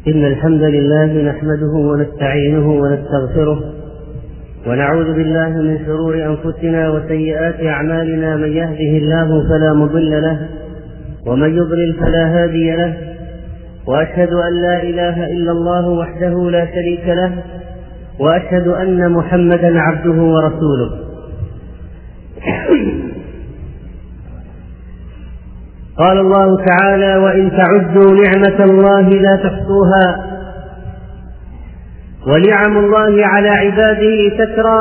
إن الحمد لله نحمده ونستعينه ونستغفره ونعوذ بالله من شرور أنفسنا وسيئات أعمالنا. من يهده الله فلا مضل له ومن يضلل فلا هادي له، وأشهد أن لا إله إلا الله وحده لا شريك له، وأشهد أن محمدا عبده ورسوله. قال الله تعالى: وإن تعدوا نعمة الله لا تحصوها. ونعم الله على عباده تترى،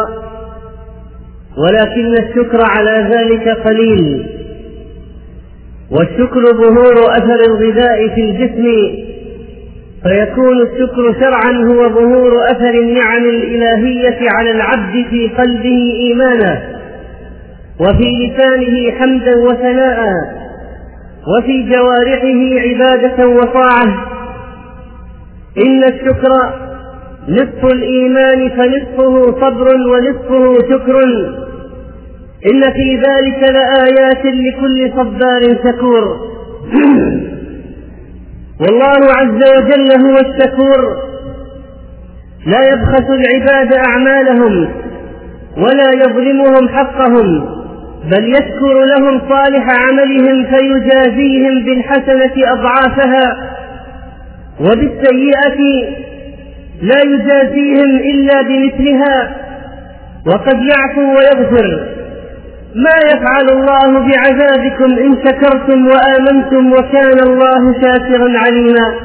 ولكن الشكر على ذلك قليل. والشكر ظهور أثر الغذاء في الجسم، فيكون الشكر شرعا هو ظهور أثر النعم الإلهية على العبد في قلبه إيمانا، وفي لسانه حمدا وثناء، وفي جوارحه عبادة وطاعة. إن الشكر نصف الإيمان، فنصفه صبر ونصفه شكر. إن في ذلك لآيات لكل صبار شكور. والله عز وجل هو الشكور، لا يبخس العباد أعمالهم ولا يظلمهم حقهم، بل يشكر لهم صالح عملهم فيجازيهم بالحسنة أضعافها، وبالسيئة لا يجازيهم إلا بمثلها، وقد يعفو ويغفر. ما يفعل الله بعذابكم إن شكرتم وآمنتم وكان الله شاكرا عليما.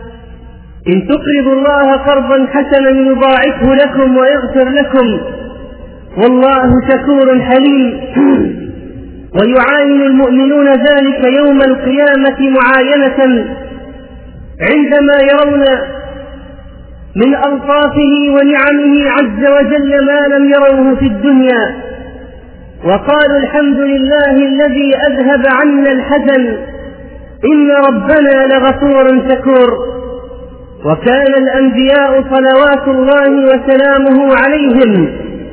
إن تقرضوا الله قرضا حسنا يضاعفه لكم ويغفر لكم، والله شكور حليم. ويعاين المؤمنون ذلك يوم القيامة معاينة، عندما يرون من ألطافه ونعمه عز وجل ما لم يروه في الدنيا، وقالوا: الحمد لله الذي أذهب عنا الحزن، إن ربنا لغفور شكور. وكان الأنبياء صلوات الله وسلامه عليهم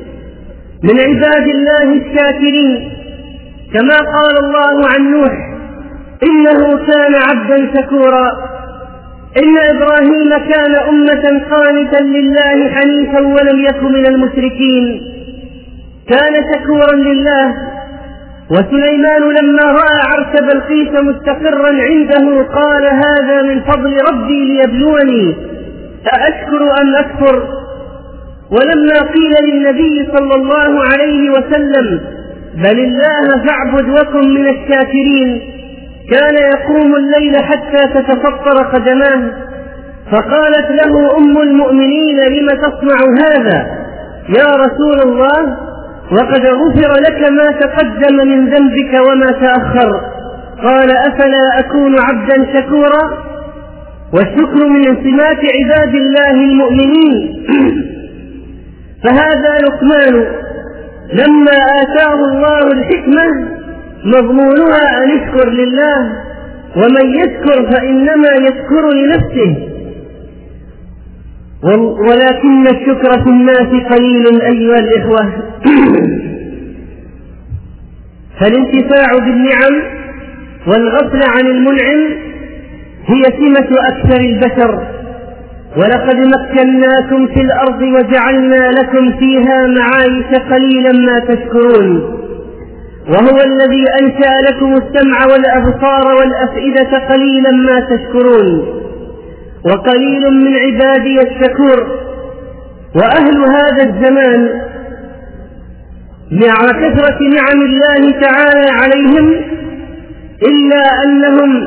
من عباد الله الشاكرين، كما قال الله عن نوح: إنه كان عبدا شكورا. إن إبراهيم كان أمة قانتا لله حنيفا ولم يكن من المشركين، كان شكورا لله. وسليمان لما رأى عرش بلقيس مستقرا عنده قال: هذا من فضل ربي ليبلوني أأشكر أم أكفر. ولما قيل للنبي صلى الله عليه وسلم: بل الله فاعبد وكن من الشاكرين، كان يقوم الليل حتى تتفطر قدماه، فقالت له أم المؤمنين: لم تصنع هذا يا رسول الله؟ وقد غفر لك ما تقدم من ذنبك وما تأخر. قال: أفلا أكون عبدا شكورا؟ والشكر من سمات عباد الله المؤمنين. فهذا لقمان لما آتاه الله الحكمة مضمونها أن يشكر لله، ومن يشكر فإنما يشكر لنفسه، ولكن الشكر في الناس قليل أيها الإخوة. فالانتفاع بالنعم والغفل عن المنعم هي سمة أكثر البشر. ولقد مكناكم في الأرض وجعلنا لكم فيها معايش قليلا ما تشكرون. وهو الذي أنشأ لكم السمع والأبصار والأفئدة قليلا ما تشكرون. وقليل من عبادي الشكور. وأهل هذا الزمان مع كثرة نعم الله تعالى عليهم إلا أنهم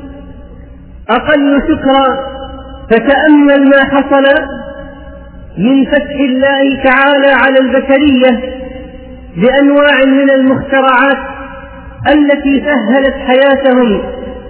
أقل شكرا. فتأمل ما حصل من فتح الله تعالى على البشرية بأنواع من المخترعات التي سهلت حياتهم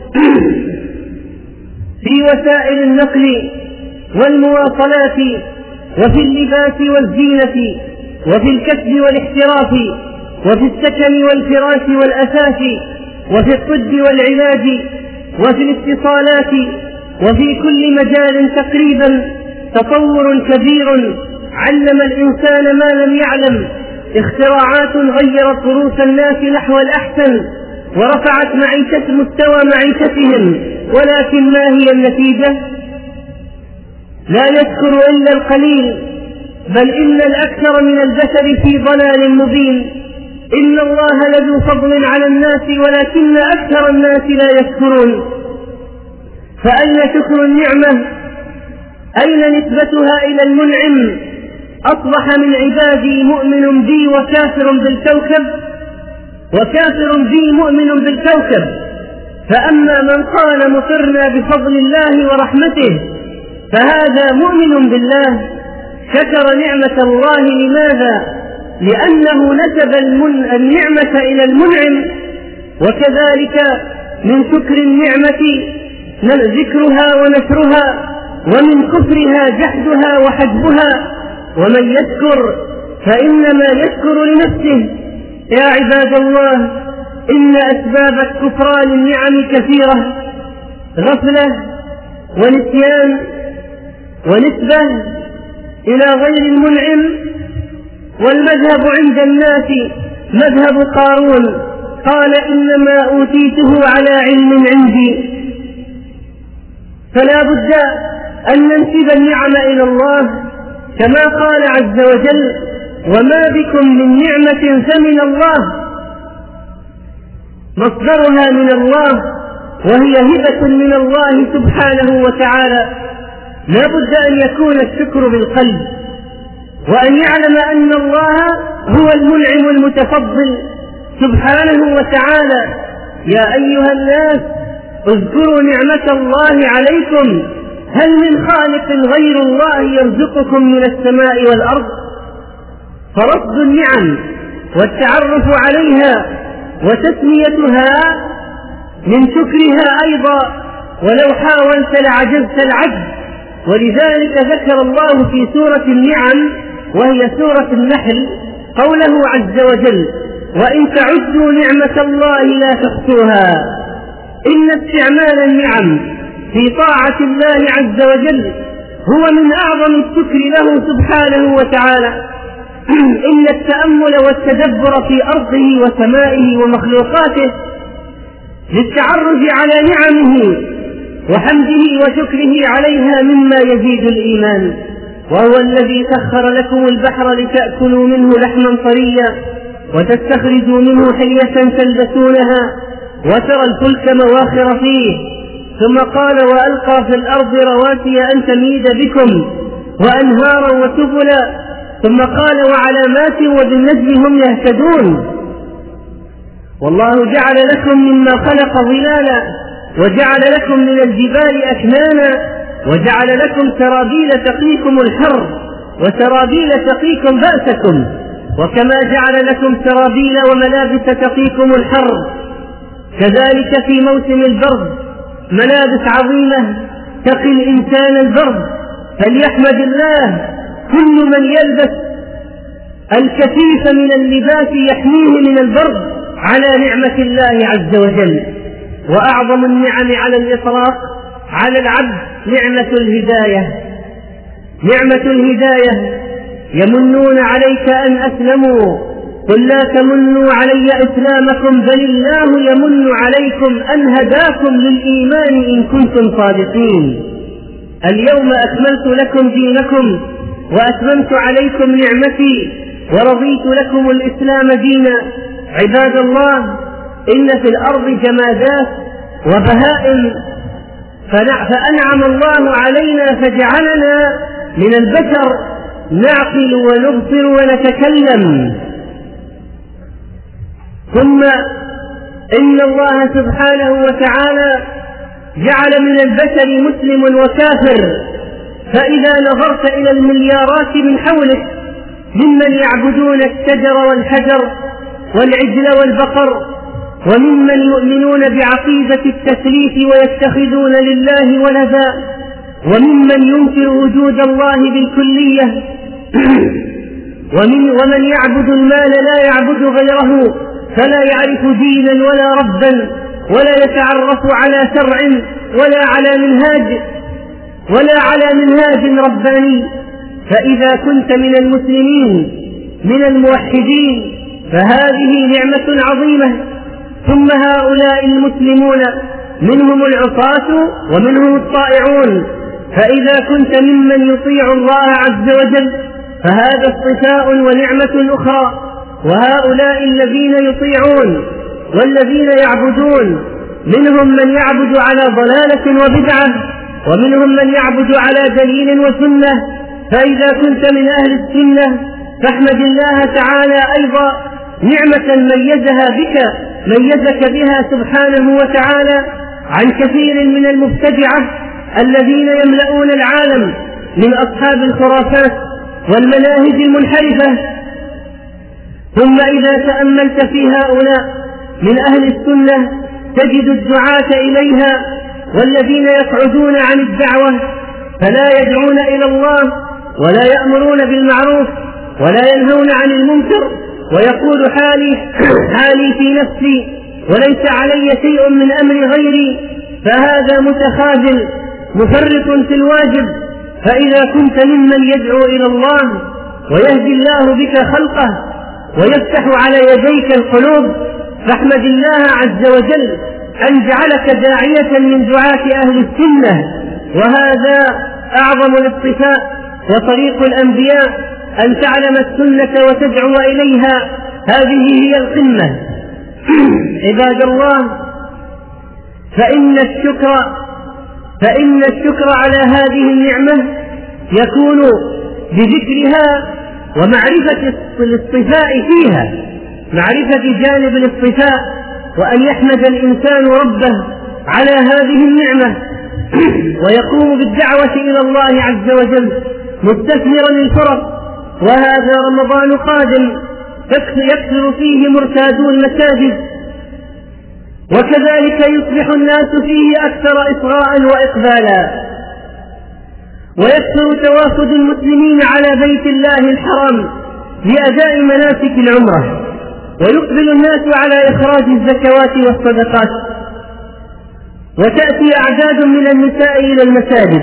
في وسائل النقل والمواصلات، وفي اللباس والزينة، وفي الكسب والاحتراف، وفي السكن والفراش والأساس، وفي الطب والعلاج، وفي الاتصالات، وفي كل مجال تقريبا تطور كبير علم الإنسان ما لم يعلم. اختراعات غيرت ظروف الناس نحو الأحسن ورفعت مستوى معيشتهم، ولكن ما هي النتيجة؟ لا يذكر إلا القليل، بل إن الأكثر من البشر في ضلال مبين. إن الله لذو فضل على الناس ولكن أكثر الناس لا يشكرون. فأين شكر النعمة؟ أين نسبتها إلى المنعم؟ أصبح من عبادي مؤمن بي وكافر بالكوكب، وكافر بي مؤمن بالكوكب. فأما من قال مطرنا بفضل الله ورحمته فهذا مؤمن بالله شكر نعمة الله. لماذا؟ لأنه نسب النعمة إلى المنعم. وكذلك من شكر النعمة ذكرها ونشرها، ومن كفرها جحدها وحجبها. ومن يشكر فإنما يشكر لنفسه. يا عباد الله، إن أسباب كفران النعم كثيرة: غفلة ونسيان ونسبة إلى غير المنعم. والمذهب عند الناس مذهب قارون، قال إنما أوتيته على علم عندي. فلا بد أن ننسب النعم إلى الله كما قال عز وجل: وما بكم من نعمة فمن الله. مصدرها من الله، وهي هبة من الله سبحانه وتعالى. لا بد أن يكون الشكر بالقلب، وأن يعلم أن الله هو المنعم المتفضل سبحانه وتعالى. يا أيها الناس اذكروا نعمة الله عليكم، هل من خالق غير الله يرزقكم من السماء والأرض؟ فرصد النعم والتعرف عليها وتسميتها من شكرها أيضا، ولو حاولت لعجزت العجز. ولذلك ذكر الله في سورة النعم وهي سورة النحل قوله عز وجل: وإن تعدوا نعمة الله لا تحصوها. إن استعمال النعم في طاعة الله عز وجل هو من أعظم الشكر له سبحانه وتعالى. إن التأمل والتدبر في أرضه وسمائه ومخلوقاته للتعرف على نعمه وحمده وشكره عليها مما يزيد الإيمان. وهو الذي سخر لكم البحر لتأكلوا منه لحما طريا وتستخرجوا منه حلية تلبسونها وترى الفلك مواخر فيه. ثم قال: وألقى في الأرض رواسي أن تميد بكم وأنهارا وسبلا. ثم قال: وعلامات وبالنجم هم يهتدون. والله جعل لكم مما خلق ظلالا وجعل لكم من الجبال أكنانا وجعل لكم سرابيل تقيكم الحر وسرابيل تقيكم بأسكم. وكما جعل لكم سرابيل وملابس تقيكم الحر، كذلك في موسم البرد ملابس عظيمة تقي الإنسان البرد. فليحمد الله كل من يلبس الكثيف من اللباس يحميه من البرد على نعمة الله عز وجل. وأعظم النعم على الإطلاق على العبد نعمة الهداية. نعمة الهداية: يمنون عليك أن أسلموا، قل لا تمنوا علي إسلامكم بل الله يمن عليكم أن هداكم للإيمان إن كنتم صادقين. اليوم أكملت لكم دينكم وأتممت عليكم نعمتي ورضيت لكم الإسلام دينا. عباد الله، إن في الأرض جمادات وبهائم، فأنعم الله علينا فجعلنا من البشر نعقل ونبصر ونتكلم. ثم إن الله سبحانه وتعالى جعل من البشر مسلم وكافر. فإذا نظرت إلى المليارات من حولك ممن يعبدون الشجر والحجر والعجل والبقر، وممن يؤمنون بعقيدة التثليث ويتخذون لله ولدا، وممن ينكر وجود الله بالكلية، ومن يعبد المال لا يعبد غيره، فلا يعرف دينا ولا ربا ولا يتعرف على شرع ولا على منهاج رباني. فإذا كنت من المسلمين من الموحدين فهذه نعمة عظيمة. ثم هؤلاء المسلمون منهم العصاة ومنهم الطائعون، فإذا كنت ممن يطيع الله عز وجل فهذا اصطفاء ونعمة أخرى. وهؤلاء الذين يطيعون والذين يعبدون منهم من يعبد على ضلالة وبدعة، ومنهم من يعبد على دليل وسنة. فإذا كنت من أهل السنة فاحمد الله تعالى أيضا نعمة ميزك بها سبحانه وتعالى عن كثير من المبتدعة الذين يملؤون العالم من أصحاب الخرافات والمناهج المنحرفة. ثم إذا تأملت في هؤلاء من أهل السنة تجد الدعاة إليها والذين يقعدون عن الدعوة فلا يدعون إلى الله ولا يأمرون بالمعروف ولا ينهون عن المنكر، ويقول حالي في نفسي وليس علي شيء من أمر غيري، فهذا متخاذل مفرط في الواجب. فإذا كنت ممن يدعو إلى الله ويهدي الله بك خلقه ويفتح على يديك القلوب فاحمد الله عز وجل أن جعلك داعية من دعاة أهل السنة، وهذا أعظم الاصطفاء وطريق الأنبياء أن تعلم السنة وتدعو إليها، هذه هي القمة. عباد الله، فإن الشكر على هذه النعمة يكون بذكرها ومعرفة الاصطفاء فيها، معرفة جانب الاصطفاء، وأن يحمد الإنسان ربه على هذه النعمة ويقوم بالدعوة إلى الله عز وجل مستثمرا الفرص. وهذا رمضان قادم يكثر فيه مرتادو المساجد، وكذلك يصبح الناس فيه أكثر إصغاء وإقبالا، ويكثر توافد المسلمين على بيت الله الحرام لأداء مناسك العمرة، ويقبل الناس على إخراج الزكوات والصدقات، وتأتي أعداد من النساء إلى المساجد.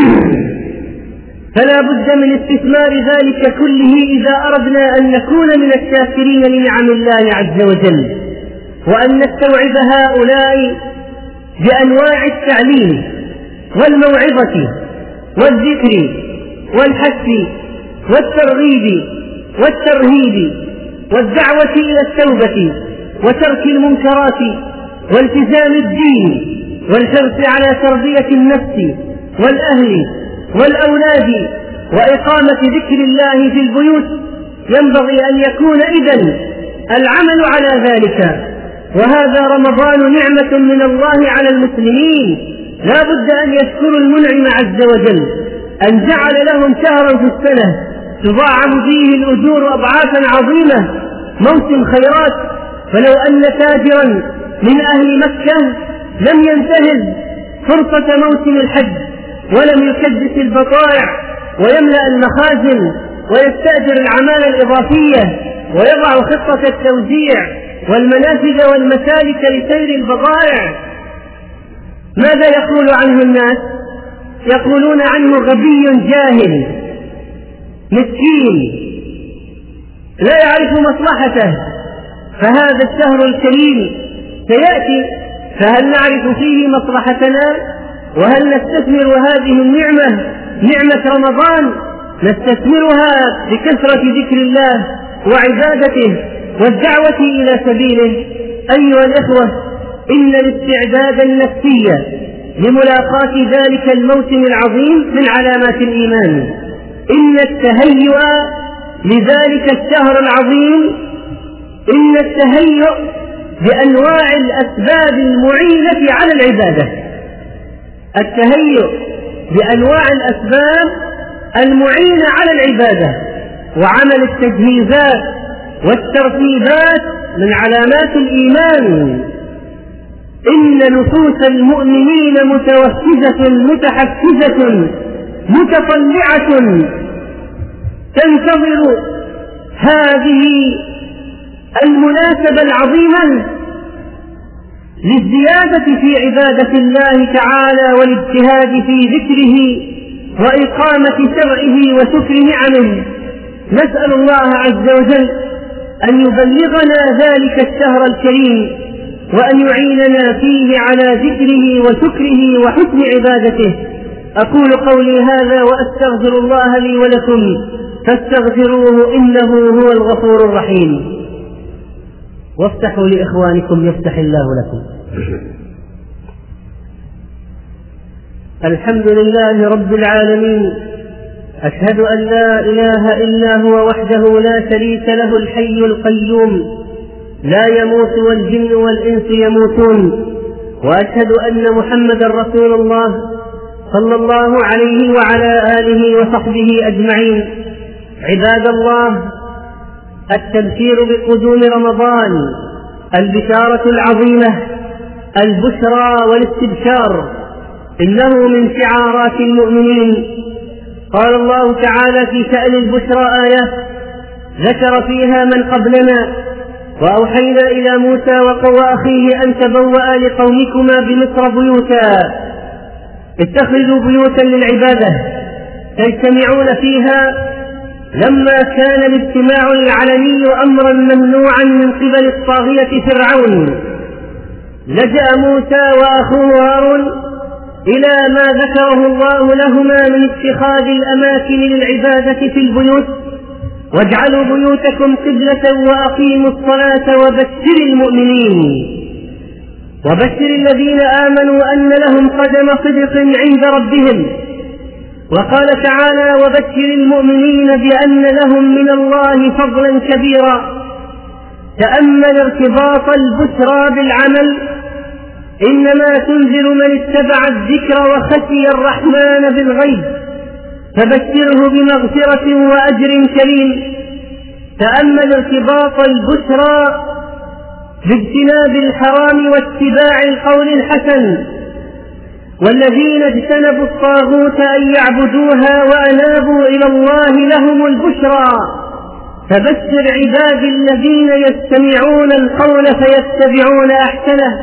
فلا بد من استثمار ذلك كله إذا أردنا أن نكون من الشاكرين لنعم الله عز وجل، وأن نستوعب هؤلاء بأنواع التعليم والموعظة والذكر والحث والترغيب والترهيب والدعوة إلى التوبة وترك المنكرات والتزام الدين والحرص على تربية النفس والأهل والأولاد وإقامة ذكر الله في البيوت. ينبغي أن يكون إذن العمل على ذلك، وهذا رمضان نعمة من الله على المسلمين، لا بد أن يشكروا المنعم عز وجل أن جعل لهم شهرا في السنة تضاعف فيه الأجور أضعافا عظيمة، موسم خيرات. فلو أن تاجرا من أهل مكة لم ينتهز فرصة موسم الحج ولم يكدس البضائع ويملأ المخازن ويستأجر العمالة الإضافية ويضع خطة التوزيع والمنافذ والمسالك لسير البضائع، ماذا يقول عنه الناس؟ يقولون عنه غبي جاهل مسكين لا يعرف مصلحته. فهذا الشهر الكريم سيأتي، فهل نعرف فيه مصلحتنا؟ وهل نستثمر هذه النعمة، نعمة رمضان، نستثمرها بكثرة ذكر الله وعبادته والدعوة إلى سبيله؟ أيها الإخوة، إن الاستعداد النفسي لملاقاة ذلك الموسم العظيم من علامات الإيمان. إن التهيؤ لذلك الشهر العظيم، إن التهيؤ بأنواع الأسباب المعينة على العبادة، التهيؤ بأنواع الأسباب المعينة على العبادة وعمل التجهيزات والترتيبات من علامات الإيمان. إن نفوس المؤمنين متوفزة متحفزة متطلعة تنتظر هذه المناسبة العظيمة للزيادة في عبادة الله تعالى والاجتهاد في ذكره وإقامة شرعه وشكر نعمه. نسأل الله عز وجل أن يبلغنا ذلك الشهر الكريم وأن يعيننا فيه على ذكره وشكره وحسن عبادته. أقول قولي هذا وأستغفر الله لي ولكم فاستغفروه إنه هو الغفور الرحيم. وافتحوا لإخوانكم يفتح الله لكم. الحمد لله رب العالمين، أشهد أن لا إله إلا هو وحده لا شريك له الحي القيوم لا يموت والجن والإنس يموتون، وأشهد أن محمدا رسول الله صلى الله عليه وعلى آله وصحبه أجمعين. عباد الله، التبشير بقدوم رمضان، البشارة العظيمة، البشرى والاستبشار، إنه من شعارات المؤمنين. قال الله تعالى في شأن البشرى آية ذكر فيها من قبلنا: وأوحينا إلى موسى وأخيه أن تبوأ لقومكما بمصر بيوتا، اتخذوا بيوتا للعبادة تجتمعون فيها. لما كان الاجتماع العلني أمرا ممنوعا من قبل الطاغية فرعون، لجأ موسى وأخوه هارون إلى ما ذكره الله لهما من اتخاذ الأماكن للعبادة في البيوت: واجعلوا بيوتكم قبلة وأقيموا الصلاة وبشر المؤمنين. وبشر الذين آمنوا أن لهم قدم صدق عند ربهم. وقال تعالى: وبشر المؤمنين بأن لهم من الله فضلا كبيرا. تأمل ارتباط البشرى بالعمل: إنما تنذر من اتبع الذكر وخشي الرحمن بالغيب، فبشره بمغفرة وأجر كريم. تأمل ارتباط البشرى باجتناب الحرام واتباع القول الحسن: والذين اجتنبوا الطاغوت أن يعبدوها وأنابوا إلى الله لهم البشرى. فبشر عبادي الذين يستمعون القول فيتبعون أحسنه.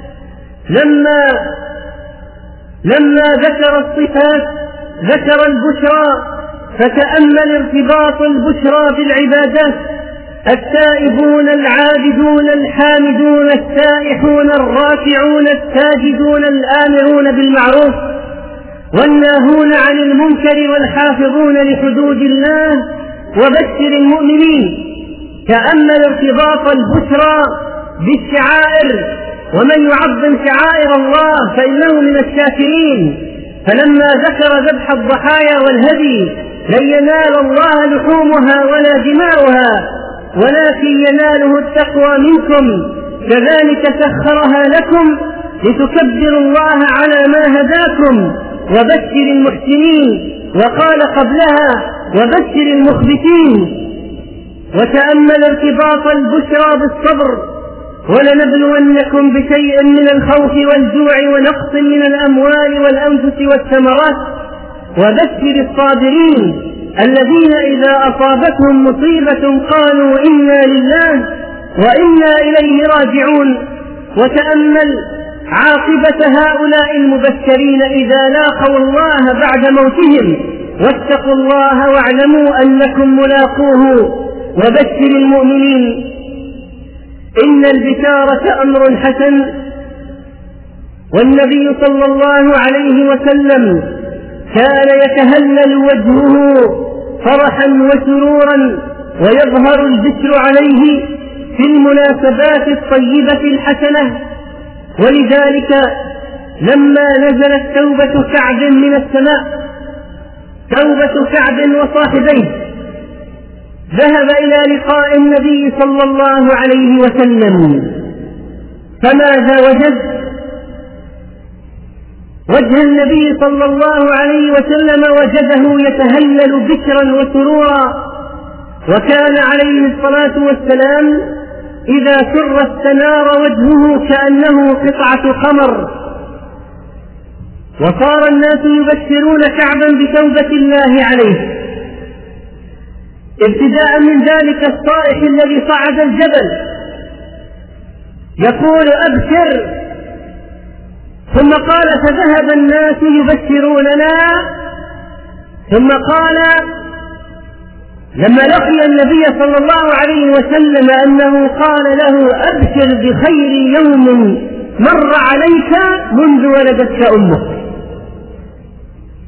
لما ذكر الصفات ذكر البشرى، فتأمل ارتباط البشرى بالعبادات: التائبون العابدون الحامدون السائحون الراكعون الساجدون الآمرون بالمعروف والناهون عن المنكر والحافظون لحدود الله وبشر المؤمنين. تأمل ارتباط البشرى بالشعائر: ومن يعظم شعائر الله فإنه من الشاكرين. فلما ذكر ذبح الضحايا والهدي: لن ينال الله لحومها ولا دماؤها ولكن يناله التقوى منكم، كذلك سخرها لكم لتكبروا الله على ما هداكم وبشر المحسنين. وقال قبلها: وبشر المخبتين. وتأمل ارتباط البشرى بالصبر: ولنبلونكم بشيء من الخوف والجوع ونقص من الأموال والأنفس والثمرات وبشر الصابرين الذين إذا أصابتهم مصيبة قالوا إنا لله وإنا إليه راجعون. وتأمل عاقبة هؤلاء المبشرين إذا لاقوا الله بعد موتهم: واتقوا الله واعلموا أنكم ملاقوه وبشر المؤمنين. إن البشارة أمر حسن، والنبي صلى الله عليه وسلم كان يتهلل وجهه فرحا وسرورا ويظهر البشر عليه في المناسبات الطيبة الحسنة. ولذلك لما نزلت توبة كعب من السماء، توبة كعب وصاحبيه، ذهب إلى لقاء النبي صلى الله عليه وسلم، فماذا وجد؟ وجه النبي صلى الله عليه وسلم وجده يتهلل بشرا وسرورا، وكان عليه الصلاة والسلام إذا سر استنار وجهه كأنه قطعة قمر. وصار الناس يبشرون كعبا بتوبة الله عليه، ابتداء من ذلك الصائح الذي صعد الجبل يقول: أبشر. ثم قال: فذهب الناس يبشروننا. ثم قال لما لقي النبي صلى الله عليه وسلم أنه قال له: أبشر بخير يوم مر عليك منذ ولدتك أمك.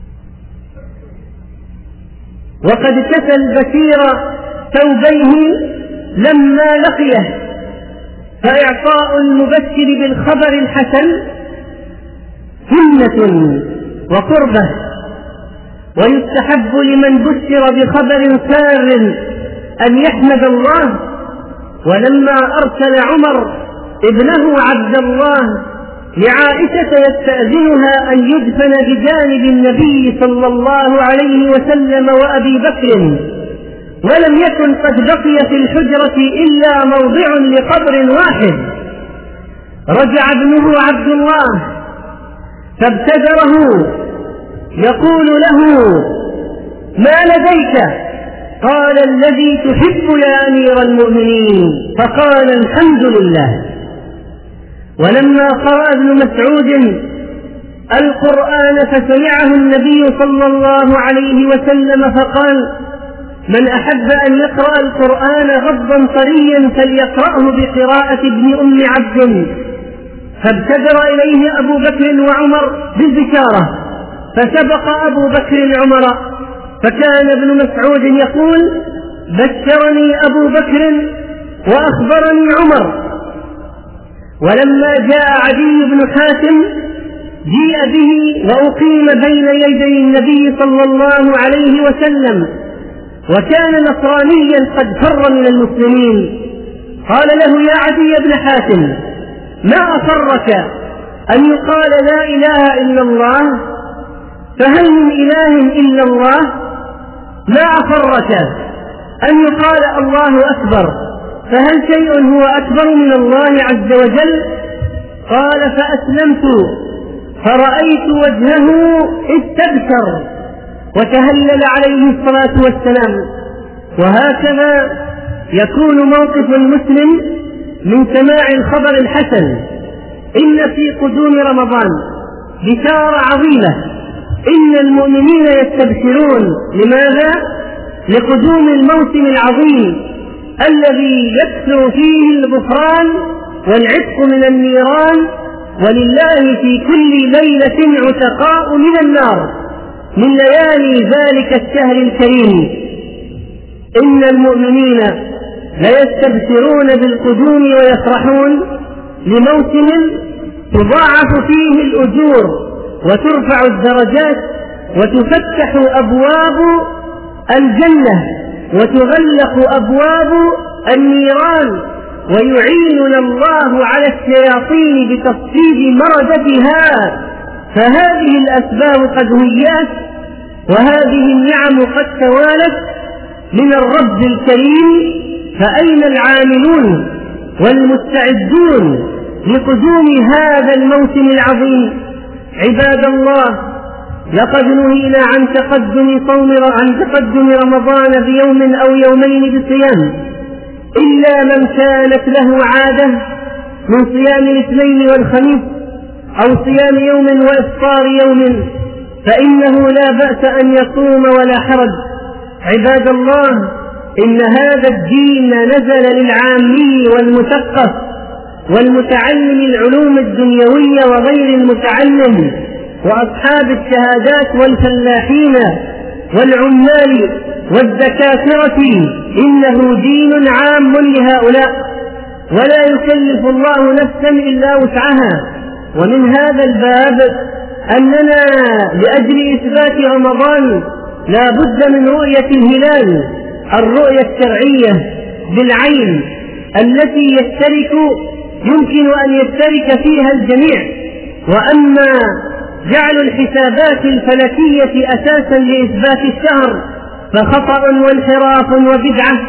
وقد كسى البشير ثوبيه لما لقيه، فإعطاء المبشر بالخبر الحسن سنة وقربة، ويستحب لمن بشر بخبر سار أن يحمد الله. ولما أرسل عمر ابنه عبد الله لعائشة يستأذنها أن يدفن بجانب النبي صلى الله عليه وسلم وأبي بكر، ولم يكن قد بقي في الحجرة إلا موضع لقبر واحد، رجع ابنه عبد الله فابتدره يقول له: ما لديك؟ قال: الذي تحب يا أمير المؤمنين. فقال: الحمد لله. ولما قرأ ابن مسعود القرآن فسمعه النبي صلى الله عليه وسلم فقال: من أحب أن يقرأ القرآن غضا طريا فليقرأه بقراءة ابن أم عبد. فابتدر إليه أبو بكر وعمر بالبشارة، فسبق أبو بكر عمر، فكان ابن مسعود يقول: بشرني أبو بكر وأخبرني عمر. ولما جاء عدي بن حاتم جيء به وأقيم بين يدي النبي صلى الله عليه وسلم، وكان نصرانيا قد فر من المسلمين. قال له: يا عدي بن حاتم، ما أفرك أن يقال لا إله إلا الله؟ فهل من إله إلا الله؟ ما أفرك أن يقال الله أكبر؟ فهل شيء هو أكبر من الله عز وجل؟ قال: فأسلمت فرأيت وجهه استبشر وتهلل عليه الصلاة والسلام. وهكذا يكون موقف المسلم من سماع الخبر الحسن. إن في قدوم رمضان بشارة عظيمة، إن المؤمنين يستبشرون. لماذا؟ لقدوم الموسم العظيم الذي يكثر فيه الغفران والعتق من النيران، ولله في كل ليلة عتقاء من النار من ليالي ذلك الشهر الكريم. إن المؤمنين ليستبشرون بالقدوم ويفرحون لموسم تضاعف فيه الأجور وترفع الدرجات وتفتح أبواب الجنة وتغلق أبواب النيران، ويعيننا الله على الشياطين بتصفيد مردتها. فهذه الأسباب قد هيأت، وهذه النعم قد توالت من الرب الكريم، فأين العاملون والمستعدون لقدوم هذا الموسم العظيم؟ عباد الله، لقد نهينا عن تقدم رمضان بيوم أو يومين بصيام، إلا من كانت له عادة من صيام الاثنين والخميس أو صيام يوم وإفطار يوم فإنه لا بأس أن يصوم ولا حرج. عباد الله، إن هذا الدين نزل للعامي والمثقف والمتعلم العلوم الدنيوية وغير المتعلم، وأصحاب الشهادات والفلاحين والعمال والدكاترة. إنه دين عام لهؤلاء، ولا يكلف الله نفسا إلا وسعها. ومن هذا الباب أننا لأجل إثبات رمضان لا بد من رؤية الهلال، الرؤية الشرعية بالعين التي يمكن أن يشترك فيها الجميع. وأما جعل الحسابات الفلكية أساسا لإثبات الشهر فخطأ وانحراف وبدعة،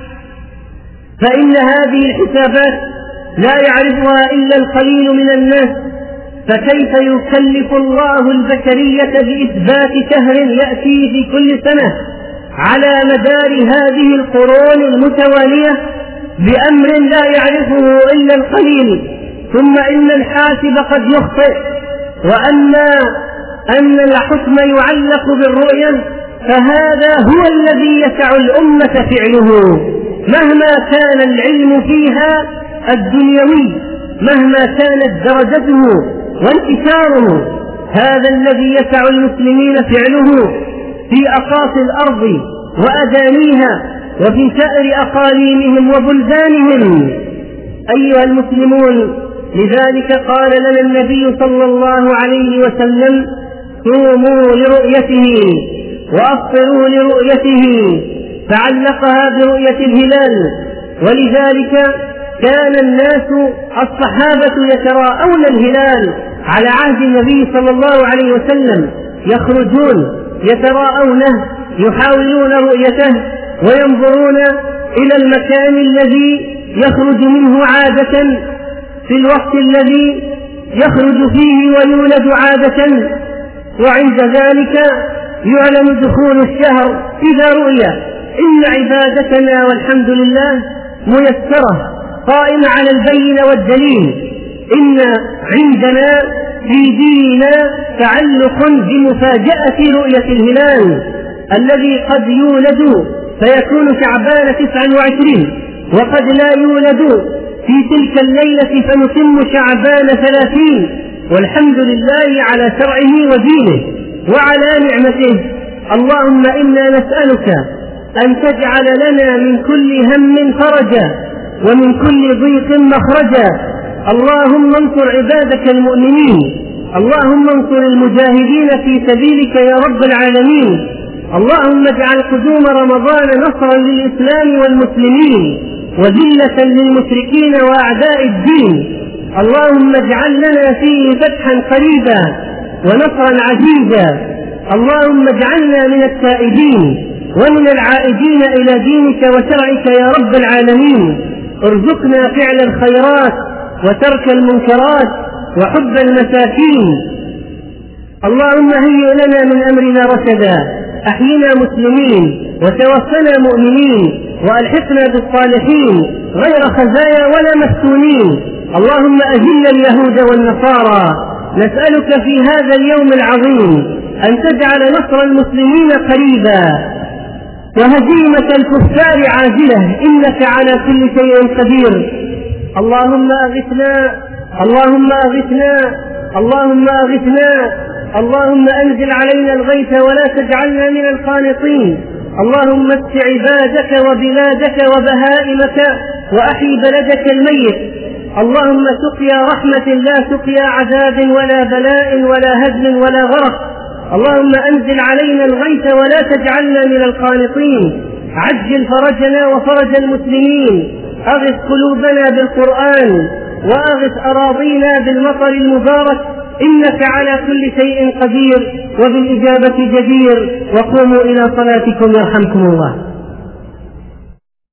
فإن هذه الحسابات لا يعرفها إلا القليل من الناس، فكيف يكلف الله البشرية بإثبات شهر يأتي في كل سنة على مدار هذه القرون المتوالية بأمر لا يعرفه إلا القليل؟ ثم إن الحاسب قد يخطئ، وأما أن الحكم يعلق بالرؤية فهذا هو الذي يسع الأمة فعله مهما كان العلم فيها الدنيوي، مهما كانت درجته وانتشاره. هذا الذي يسع المسلمين فعله في أقاصي الأرض وأدانيها وفي سائر أقاليمهم وبلدانهم. أيها المسلمون، لذلك قال لنا النبي صلى الله عليه وسلم: صوموا لرؤيته وأفطروا لرؤيته، فعلقها برؤية الهلال. ولذلك كان الناس الصحابة يتراءون الهلال على عهد النبي صلى الله عليه وسلم، يخرجون يتراءونه، يحاولون رؤيته وينظرون إلى المكان الذي يخرج منه عادة في الوقت الذي يخرج فيه ويولد عادة، وعند ذلك يعلم دخول الشهر إذا رؤيا. إن عبادتنا والحمد لله ميسرة قائمة على البينة والدليل. إن عندنا في ديننا تعلق بمفاجأة رؤية الهلال الذي قد يولد فيكون شعبان 29، وقد لا يولد في تلك الليلة فنتم شعبان 30، والحمد لله على شرعه ودينه وعلى نعمته. اللهم إنا نسألك أن تجعل لنا من كل هم فرجا ومن كل ضيق مخرجا. اللهم انصر عبادك المؤمنين، اللهم انصر المجاهدين في سبيلك يا رب العالمين. اللهم اجعل قدوم رمضان نصرا للإسلام والمسلمين وذلة للمشركين وأعداء الدين. اللهم اجعل لنا فيه فتحا قريبا ونصرا عزيزا. اللهم اجعلنا من التائبين ومن العائدين إلى دينك وشرعك يا رب العالمين. ارزقنا فعل الخيرات وترك المنكرات وحب المساكين. اللهم هيئ لنا من أمرنا رشدا، أحينا مسلمين وتوفنا مؤمنين وألحقنا بالصالحين غير خزايا ولا مفتونين. اللهم أذل اليهود والنصارى. نسألك في هذا اليوم العظيم أن تجعل نصر المسلمين قريبا وهزيمة الكفار عاجلة، إنك على كل شيء قدير. اللهم أغثنا، اللهم أغثنا، اللهم أغثنا. اللهم أنزل علينا الغيث ولا تجعلنا من القانطين. اللهم اسق عبادك وبلادك وبهائمك وأحي بلدك الميت. اللهم سقيا رحمة لا سقيا عذاب ولا بلاء ولا هدم ولا غرق. اللهم أنزل علينا الغيث ولا تجعلنا من القانطين. عجل فرجنا وفرج المسلمين. أغث قلوبنا بالقرآن وأغث أراضينا بالمطر المبارك، إنك على كل شيء قدير وبالإجابة جدير. وقوموا إلى صلاتكم يرحمكم الله.